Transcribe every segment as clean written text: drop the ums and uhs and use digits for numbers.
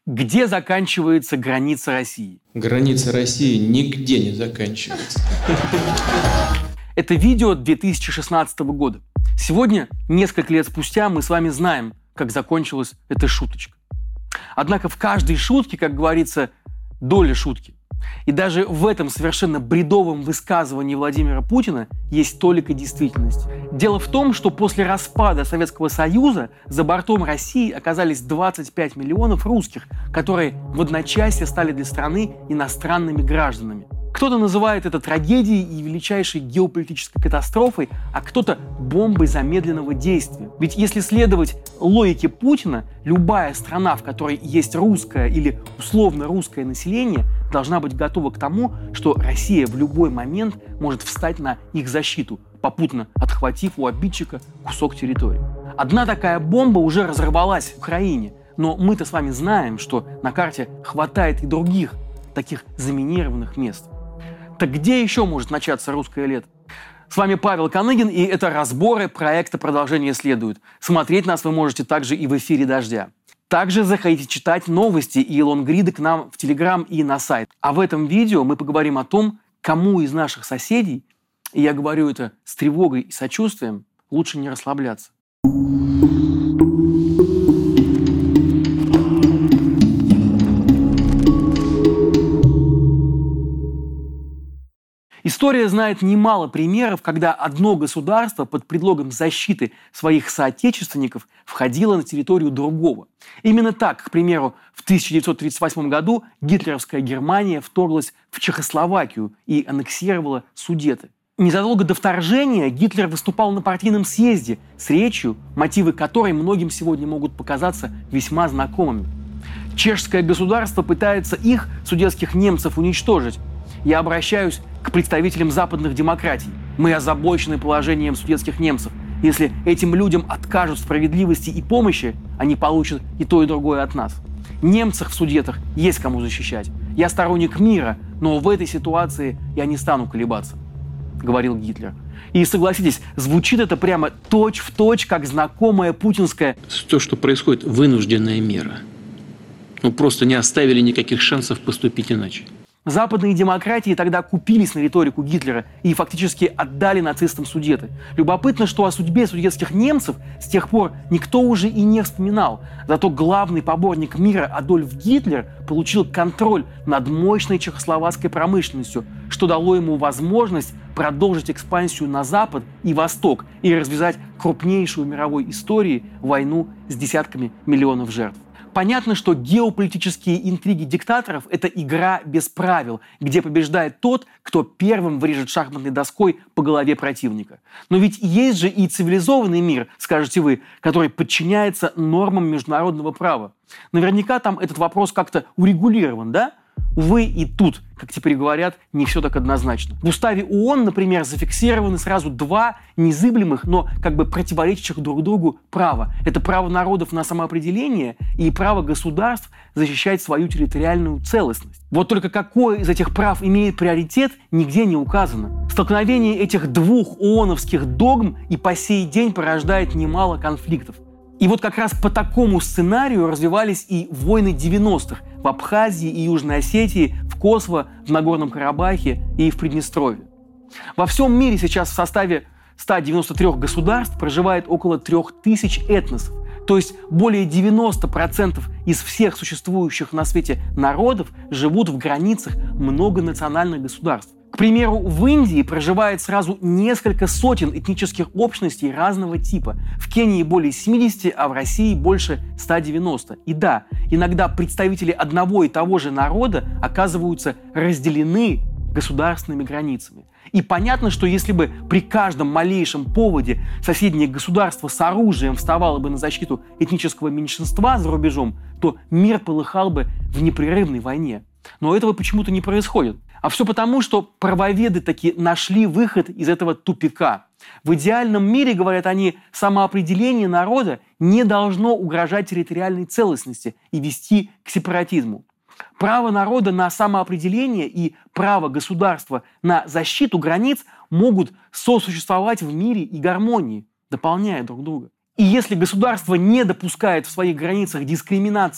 Где заканчивается граница России? Граница России нигде не заканчивается. Это видео 2016 года. Сегодня, несколько лет спустя, мы с вами знаем, как закончилась эта шуточка. Однако в каждой шутке, как говорится, доля шутки. И даже в этом совершенно бредовом высказывании Владимира Путина есть толика действительности. Дело в том, что после распада Советского Союза за бортом России оказались 25 миллионов русских, которые в одночасье стали для страны иностранными гражданами. Кто-то называет это трагедией и величайшей геополитической катастрофой, а кто-то бомбой замедленного действия. Ведь если следовать логике Путина, любая страна, в которой есть русское или условно русское население, должна быть готова к тому, что Россия в любой момент может встать на их защиту, попутно отхватив у обидчика кусок территории. Одна такая бомба уже разорвалась в Украине, но мы-то с вами знаем, что на карте хватает и других таких заминированных мест. Так где еще может начаться русское лето? С вами Павел Коныгин, и это разборы проекта «Продолжение следует». Смотреть нас вы можете также и в эфире «Дождя». Также заходите читать новости и лонгриды к нам в Телеграм и на сайт. А в этом видео мы поговорим о том, кому из наших соседей, и я говорю это с тревогой и сочувствием, лучше не расслабляться. История знает немало примеров, когда одно государство под предлогом защиты своих соотечественников входило на территорию другого. Именно так, к примеру, в 1938 году гитлеровская Германия вторглась в Чехословакию и аннексировала Судеты. Незадолго до вторжения Гитлер выступал на партийном съезде с речью, мотивы которой многим сегодня могут показаться весьма знакомыми. Чешское государство пытается их, судетских немцев, уничтожить. Я обращаюсь к представителям западных демократий. Мы озабочены положением судетских немцев. Если этим людям откажут в справедливости и помощи, они получат и то, и другое от нас. Немцев в Судетах есть кому защищать. Я сторонник мира, но в этой ситуации я не стану колебаться, говорил Гитлер. И согласитесь, звучит это прямо точь-в-точь, как знакомая путинская... То, что происходит, вынужденная мера. Просто не оставили никаких шансов поступить иначе. Западные демократии тогда купились на риторику Гитлера и фактически отдали нацистам Судеты. Любопытно, что о судьбе судетских немцев с тех пор никто уже и не вспоминал. Зато главный поборник мира Адольф Гитлер получил контроль над мощной чехословацкой промышленностью, что дало ему возможность продолжить экспансию на Запад и Восток и развязать крупнейшую в мировой истории войну с десятками миллионов жертв. Понятно, что геополитические интриги диктаторов – это игра без правил, где побеждает тот, кто первым врежет шахматной доской по голове противника. Но ведь есть же и цивилизованный мир, скажете вы, который подчиняется нормам международного права. Наверняка там этот вопрос как-то урегулирован, да? Увы, и тут, как теперь говорят, не все так однозначно. В уставе ООН, например, зафиксированы сразу два незыблемых, но как бы противоречащих друг другу права. Это право народов на самоопределение и право государств защищать свою территориальную целостность. Вот только какое из этих прав имеет приоритет, нигде не указано. Столкновение этих двух ООНовских догм и по сей день порождает немало конфликтов. И вот как раз по такому сценарию развивались и войны 90-х в Абхазии и Южной Осетии, в Косово, в Нагорном Карабахе и в Приднестровье. Во всем мире сейчас в составе 193 государств проживает около 3000 этносов. То есть более 90% из всех существующих на свете народов живут в границах многонациональных государств. К примеру, в Индии проживает сразу несколько сотен этнических общностей разного типа. В Кении более 70, а в России больше 190. И да, иногда представители одного и того же народа оказываются разделены государственными границами. И понятно, что если бы при каждом малейшем поводе соседнее государство с оружием вставало бы на защиту этнического меньшинства за рубежом, то мир полыхал бы в непрерывной войне. Но этого почему-то не происходит. А все потому, что правоведы таки нашли выход из этого тупика. В идеальном мире, говорят они, самоопределение народа не должно угрожать территориальной целостности и вести к сепаратизму. Право народа на самоопределение и право государства на защиту границ могут сосуществовать в мире и гармонии, дополняя друг друга. И если государство не допускает в своих границах дискриминации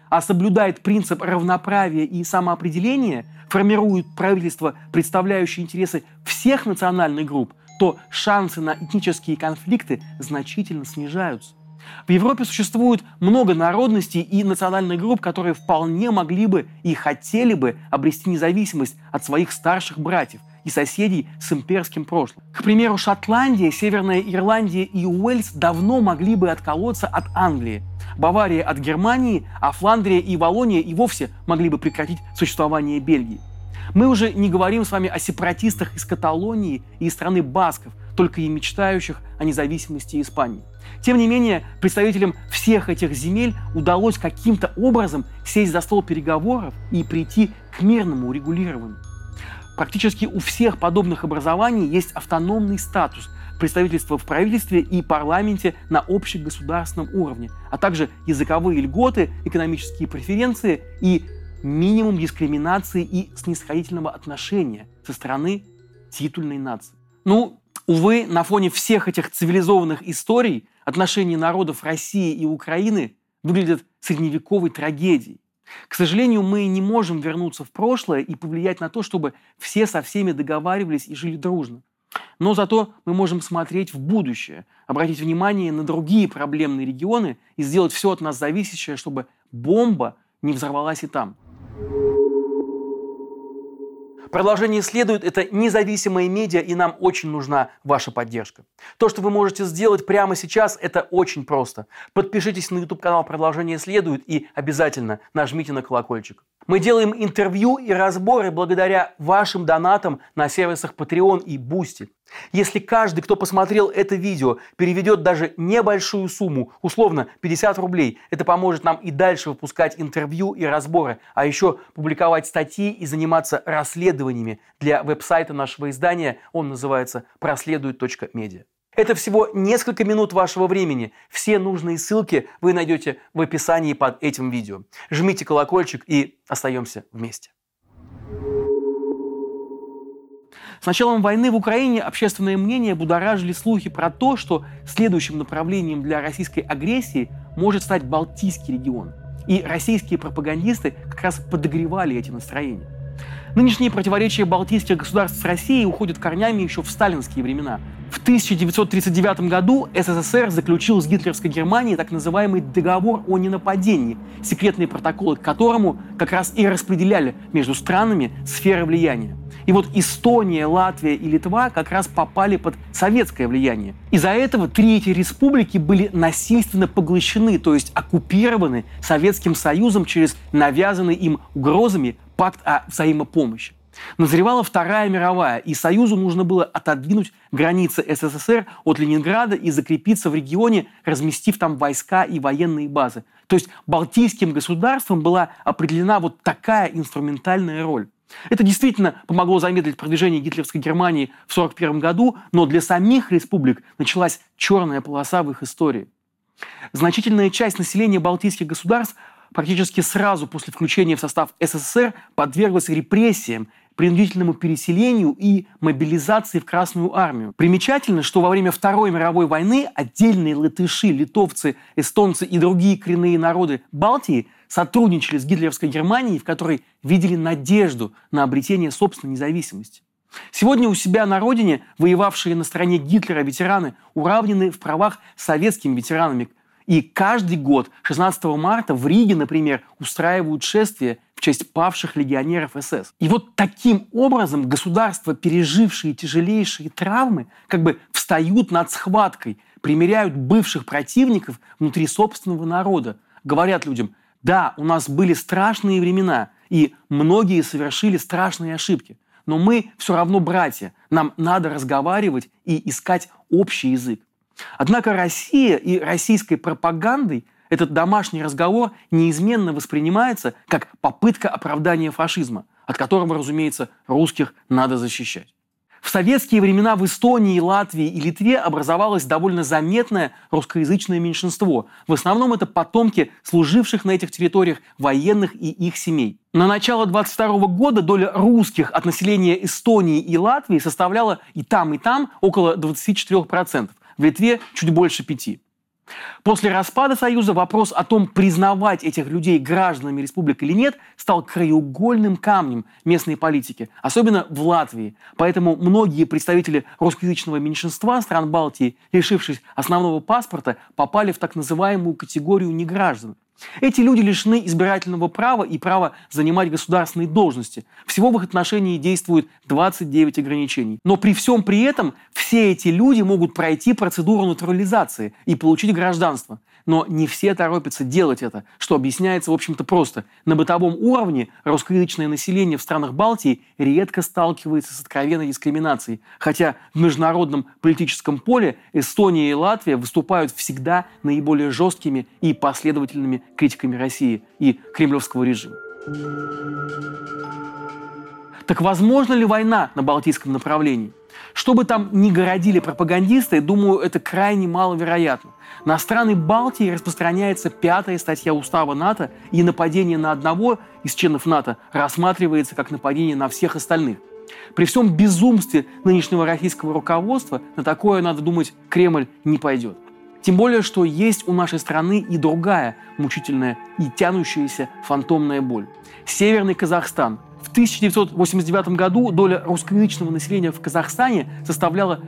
а соблюдает принцип равноправия и самоопределения, формирует правительство, представляющее интересы всех национальных групп, то шансы на этнические конфликты значительно снижаются. В Европе существует много народностей и национальных групп, которые вполне могли бы и хотели бы обрести независимость от своих старших братьев и соседей с имперским прошлым. К примеру, Шотландия, Северная Ирландия и Уэльс давно могли бы отколоться от Англии, Бавария от Германии, а Фландрия и Валлония и вовсе могли бы прекратить существование Бельгии. Мы уже не говорим с вами о сепаратистах из Каталонии и из страны басков, только и мечтающих о независимости Испании. Тем не менее, представителям всех этих земель удалось каким-то образом сесть за стол переговоров и прийти к мирному урегулированию. Практически у всех подобных образований есть автономный статус, представительство в правительстве и парламенте на общегосударственном уровне, а также языковые льготы, экономические преференции и минимум дискриминации и снисходительного отношения со стороны титульной нации. Увы, на фоне всех этих цивилизованных историй отношения народов России и Украины выглядят средневековой трагедией. К сожалению, мы не можем вернуться в прошлое и повлиять на то, чтобы все со всеми договаривались и жили дружно. Но зато мы можем смотреть в будущее, обратить внимание на другие проблемные регионы и сделать все от нас зависящее, чтобы бомба не взорвалась и там. Продолжение следует. Это независимые медиа, и нам очень нужна ваша поддержка. То, что вы можете сделать прямо сейчас, это очень просто. Подпишитесь на YouTube-канал «Продолжение следует» и обязательно нажмите на колокольчик. Мы делаем интервью и разборы благодаря вашим донатам на сервисах Patreon и Boosty. Если каждый, кто посмотрел это видео, переведет даже небольшую сумму, условно 50 рублей, это поможет нам и дальше выпускать интервью и разборы, а еще публиковать статьи и заниматься расследованиями для веб-сайта нашего издания. Он называется проследует.медиа. Это всего несколько минут вашего времени. Все нужные ссылки вы найдете в описании под этим видео. Жмите колокольчик и остаемся вместе. С началом войны в Украине общественное мнение будоражили слухи про то, что следующим направлением для российской агрессии может стать Балтийский регион. И российские пропагандисты как раз подогревали эти настроения. Нынешние противоречия балтийских государств с Россией уходят корнями еще в сталинские времена. В 1939 году СССР заключил с гитлеровской Германией так называемый договор о ненападении, секретные протоколы к которому как раз и распределяли между странами сферы влияния. И вот Эстония, Латвия и Литва как раз попали под советское влияние. Из-за этого три эти республики были насильственно поглощены, то есть оккупированы Советским Союзом через навязанный им угрозами пакт о взаимопомощи. Назревала Вторая мировая, и Союзу нужно было отодвинуть границы СССР от Ленинграда и закрепиться в регионе, разместив там войска и военные базы. То есть балтийским государствам была определена вот такая инструментальная роль. Это действительно помогло замедлить продвижение гитлеровской Германии в 1941 году, но для самих республик началась черная полоса в их истории. Значительная часть населения балтийских государств практически сразу после включения в состав СССР подверглась репрессиям, принудительному переселению и мобилизации в Красную армию. Примечательно, что во время Второй мировой войны отдельные латыши, литовцы, эстонцы и другие коренные народы Балтии сотрудничали с гитлеровской Германией, в которой видели надежду на обретение собственной независимости. Сегодня у себя на родине воевавшие на стороне Гитлера ветераны уравнены в правах с советскими ветеранами. И каждый год, 16 марта, в Риге, например, устраивают шествие в честь павших легионеров СС. И вот таким образом государства, пережившие тяжелейшие травмы, как бы встают над схваткой, примиряют бывших противников внутри собственного народа. Говорят людям: да, у нас были страшные времена, и многие совершили страшные ошибки, но мы все равно братья, нам надо разговаривать и искать общий язык. Однако Россия и российской пропагандой этот домашний разговор неизменно воспринимается как попытка оправдания фашизма, от которого, разумеется, русских надо защищать. В советские времена в Эстонии, Латвии и Литве образовалось довольно заметное русскоязычное меньшинство. В основном это потомки служивших на этих территориях военных и их семей. На начало 1922 года доля русских от населения Эстонии и Латвии составляла и там около 24%. В Литве чуть больше 5%. После распада Союза вопрос о том, признавать этих людей гражданами республик или нет, стал краеугольным камнем местной политики, особенно в Латвии. Поэтому многие представители русскоязычного меньшинства стран Балтии, лишившись основного паспорта, попали в так называемую категорию неграждан. Эти люди лишены избирательного права и права занимать государственные должности. Всего в их отношении действует 29 ограничений. Но при всем при этом все эти люди могут пройти процедуру натурализации и получить гражданство. Но не все торопятся делать это, что объясняется, в общем-то, просто. На бытовом уровне русскоязычное население в странах Балтии редко сталкивается с откровенной дискриминацией. Хотя в международном политическом поле Эстония и Латвия выступают всегда наиболее жесткими и последовательными критиками России и кремлевского режима. Так возможно ли война на Балтийском направлении? Что бы там ни городили пропагандисты, думаю, это крайне маловероятно. На страны Балтии распространяется 5-я статья Устава НАТО, и нападение на одного из членов НАТО рассматривается как нападение на всех остальных. При всем безумстве нынешнего российского руководства на такое, надо думать, Кремль не пойдет. Тем более, что есть у нашей страны и другая мучительная и тянущаяся фантомная боль. Северный Казахстан. В 1989 году доля русскоязычного населения в Казахстане составляла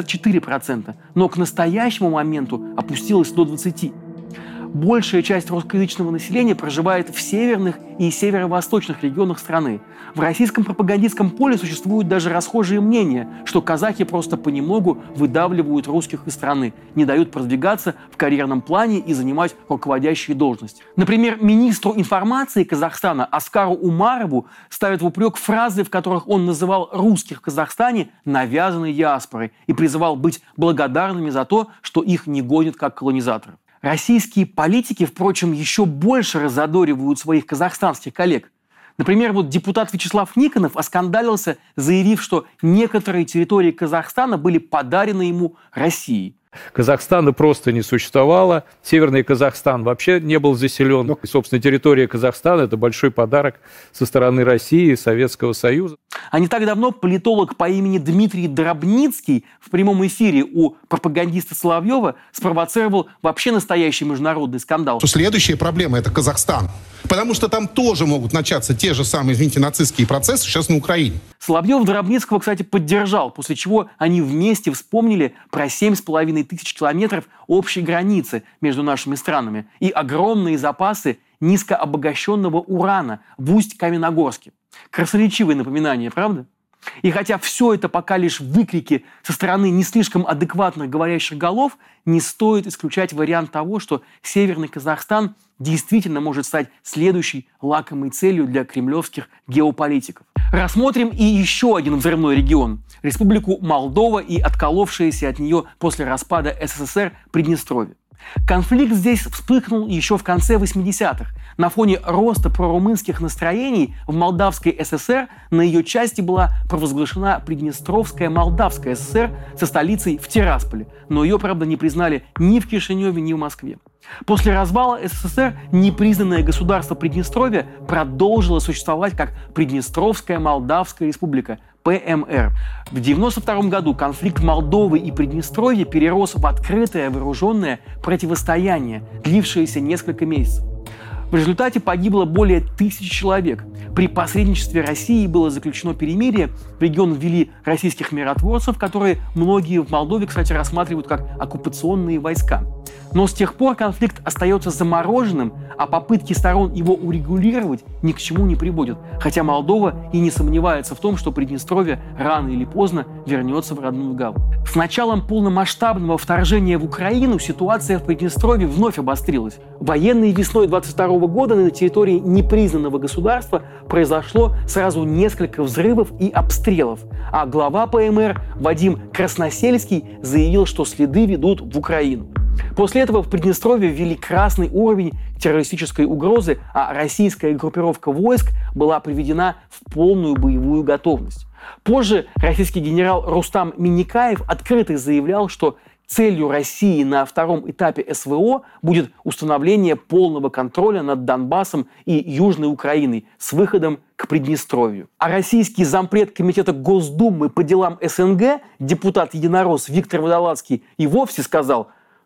54%, но к настоящему моменту опустилась до 20%. Большая часть русскоязычного населения проживает в северных и северо-восточных регионах страны. В российском пропагандистском поле существуют даже расхожие мнения, что казахи просто понемногу выдавливают русских из страны, не дают продвигаться в карьерном плане и занимать руководящие должности. Например, министру информации Казахстана Аскару Умарову ставят в упрек фразы, в которых он называл русских в Казахстане навязанной диаспорой и призывал быть благодарными за то, что их не гонят как колонизаторов. Российские политики, впрочем, еще больше разодоривают своих казахстанских коллег. Например, депутат Вячеслав Никонов оскандалился, заявив, что некоторые территории Казахстана были подарены ему Россией. Казахстана просто не существовало. Северный Казахстан вообще не был заселен. И, собственно, территория Казахстана – это большой подарок со стороны России и Советского Союза. А не так давно политолог по имени Дмитрий Дробницкий в прямом эфире у пропагандиста Соловьева спровоцировал вообще настоящий международный скандал. Следующая проблема – это Казахстан. Потому что там тоже могут начаться те же самые, извините, нацистские процессы сейчас на Украине. Соловьев Дробницкого, кстати, поддержал, после чего они вместе вспомнили про 7,5 тысяч километров общей границы между нашими странами и огромные запасы низкообогащенного урана в Усть-Каменогорске. Красноречивое напоминание, правда? И хотя все это пока лишь выкрики со стороны не слишком адекватных говорящих голов, не стоит исключать вариант того, что Северный Казахстан действительно может стать следующей лакомой целью для кремлевских геополитиков. Рассмотрим и еще один взрывной регион – Республику Молдова и отколовшееся от нее после распада СССР Приднестровье. Конфликт здесь вспыхнул еще в конце 80-х. На фоне роста прорумынских настроений в Молдавской ССР на ее части была провозглашена Приднестровская Молдавская ССР со столицей в Тирасполе. Но ее, правда, не признали ни в Кишиневе, ни в Москве. После развала СССР непризнанное государство Приднестровья продолжило существовать как Приднестровская Молдавская Республика, ПМР. В 1992 году конфликт Молдовы и Приднестровья перерос в открытое вооруженное противостояние, длившееся несколько месяцев. В результате погибло более 1000 человек. При посредничестве России было заключено перемирие, в регион ввели российских миротворцев, которые многие в Молдове, кстати, рассматривают как оккупационные войска. Но с тех пор конфликт остается замороженным, а попытки сторон его урегулировать ни к чему не приводят. Хотя Молдова и не сомневается в том, что Приднестровье рано или поздно вернется в родную гавань. С началом полномасштабного вторжения в Украину ситуация в Приднестровье вновь обострилась. Военной весной 22 года на территории непризнанного государства произошло сразу несколько взрывов и обстрелов, а глава ПМР Вадим Красносельский заявил, что следы ведут в Украину. После этого в Приднестровье ввели красный уровень террористической угрозы, а российская группировка войск была приведена в полную боевую готовность. Позже российский генерал Рустам Миннекаев открыто заявлял, что целью России на втором этапе СВО будет установление полного контроля над Донбассом и Южной Украиной с выходом к Приднестровью. А российский зампред комитета Госдумы по делам СНГ, депутат-единорос Виктор Водолазский, и вовсе сказал: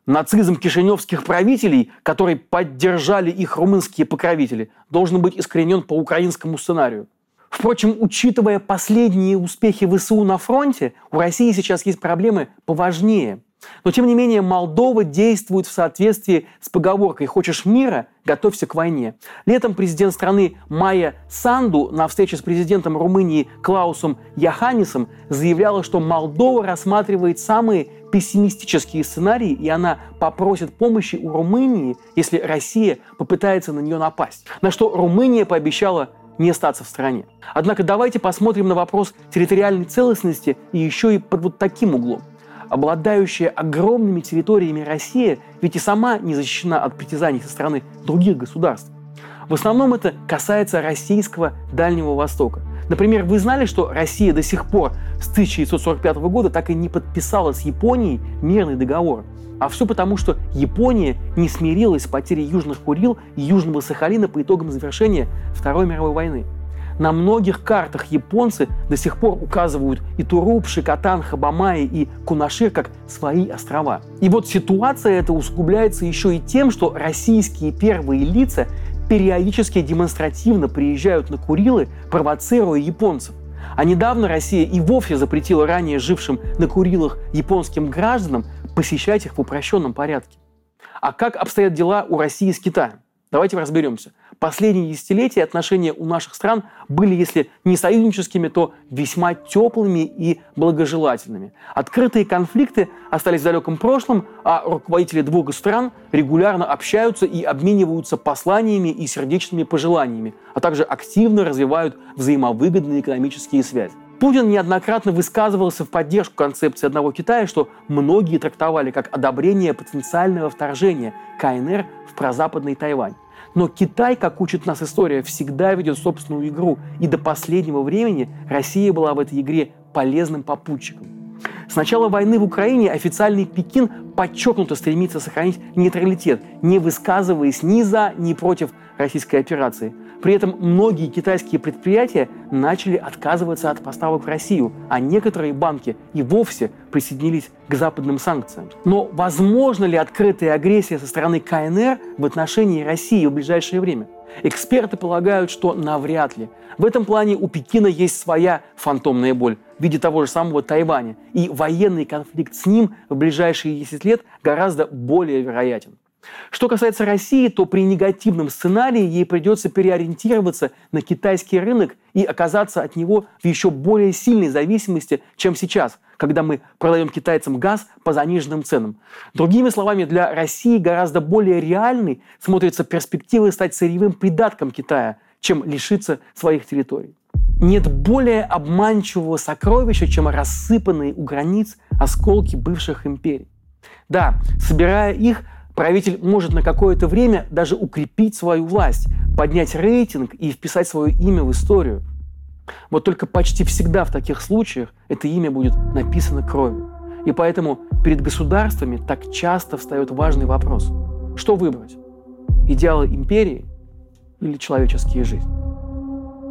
Нацизм кишиневских правителей, который поддержали их румынские покровители, должен быть искоренен по украинскому сценарию. Впрочем, учитывая последние успехи ВСУ на фронте, у России сейчас есть проблемы поважнее. Но, тем не менее, Молдова действует в соответствии с поговоркой «хочешь мира, готовься к войне». Летом президент страны Майя Санду на встрече с президентом Румынии Клаусом Йоханнисом заявляла, что Молдова рассматривает самые пессимистические сценарии, и она попросит помощи у Румынии, если Россия попытается на нее напасть. На что Румыния пообещала не остаться в стороне. Однако давайте посмотрим на вопрос территориальной целостности и еще и под вот таким углом. Обладающая огромными территориями Россия ведь и сама не защищена от притязаний со стороны других государств. В основном это касается российского Дальнего Востока. Например, вы знали, что Россия до сих пор с 1945 года так и не подписала с Японией мирный договор? А все потому, что Япония не смирилась с потерей Южных Курил и Южного Сахалина по итогам завершения Второй мировой войны. На многих картах японцы до сих пор указывают и Туруп, Шикотан, Хабамаи и Кунашир как свои острова. И вот ситуация эта усугубляется еще и тем, что российские первые лица периодически демонстративно приезжают на Курилы, провоцируя японцев. А недавно Россия и вовсе запретила ранее жившим на Курилах японским гражданам посещать их в упрощенном порядке. А как обстоят дела у России с Китаем? Давайте разберемся. Последние десятилетия отношения у наших стран были, если не союзническими, то весьма теплыми и благожелательными. Открытые конфликты остались в далеком прошлом, а руководители двух стран регулярно общаются и обмениваются посланиями и сердечными пожеланиями, а также активно развивают взаимовыгодные экономические связи. Путин неоднократно высказывался в поддержку концепции одного Китая, что многие трактовали как одобрение потенциального вторжения КНР в прозападный Тайвань. Но Китай, как учит нас история, всегда ведет собственную игру, и до последнего времени Россия была в этой игре полезным попутчиком. С начала войны в Украине официальный Пекин подчеркнуто стремится сохранить нейтралитет, не высказываясь ни за, ни против российской операции. При этом многие китайские предприятия начали отказываться от поставок в Россию, а некоторые банки и вовсе присоединились к западным санкциям. Но возможно ли открытая агрессия со стороны КНР в отношении России в ближайшее время? Эксперты полагают, что навряд ли. В этом плане у Пекина есть своя фантомная боль в виде того же самого Тайваня, и военный конфликт с ним в ближайшие 10 лет гораздо более вероятен. Что касается России, то при негативном сценарии ей придется переориентироваться на китайский рынок и оказаться от него в еще более сильной зависимости, чем сейчас, когда мы продаем китайцам газ по заниженным ценам. Другими словами, для России гораздо более реальной смотрится перспектива стать сырьевым придатком Китая, чем лишиться своих территорий. Нет более обманчивого сокровища, чем рассыпанные у границ осколки бывших империй. Да, собирая их, правитель может на какое-то время даже укрепить свою власть, поднять рейтинг и вписать свое имя в историю. Вот только почти всегда в таких случаях это имя будет написано кровью. И поэтому перед государствами так часто встает важный вопрос. Что выбрать? Идеалы империи или человеческие жизни?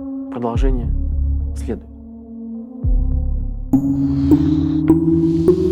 Продолжение следует.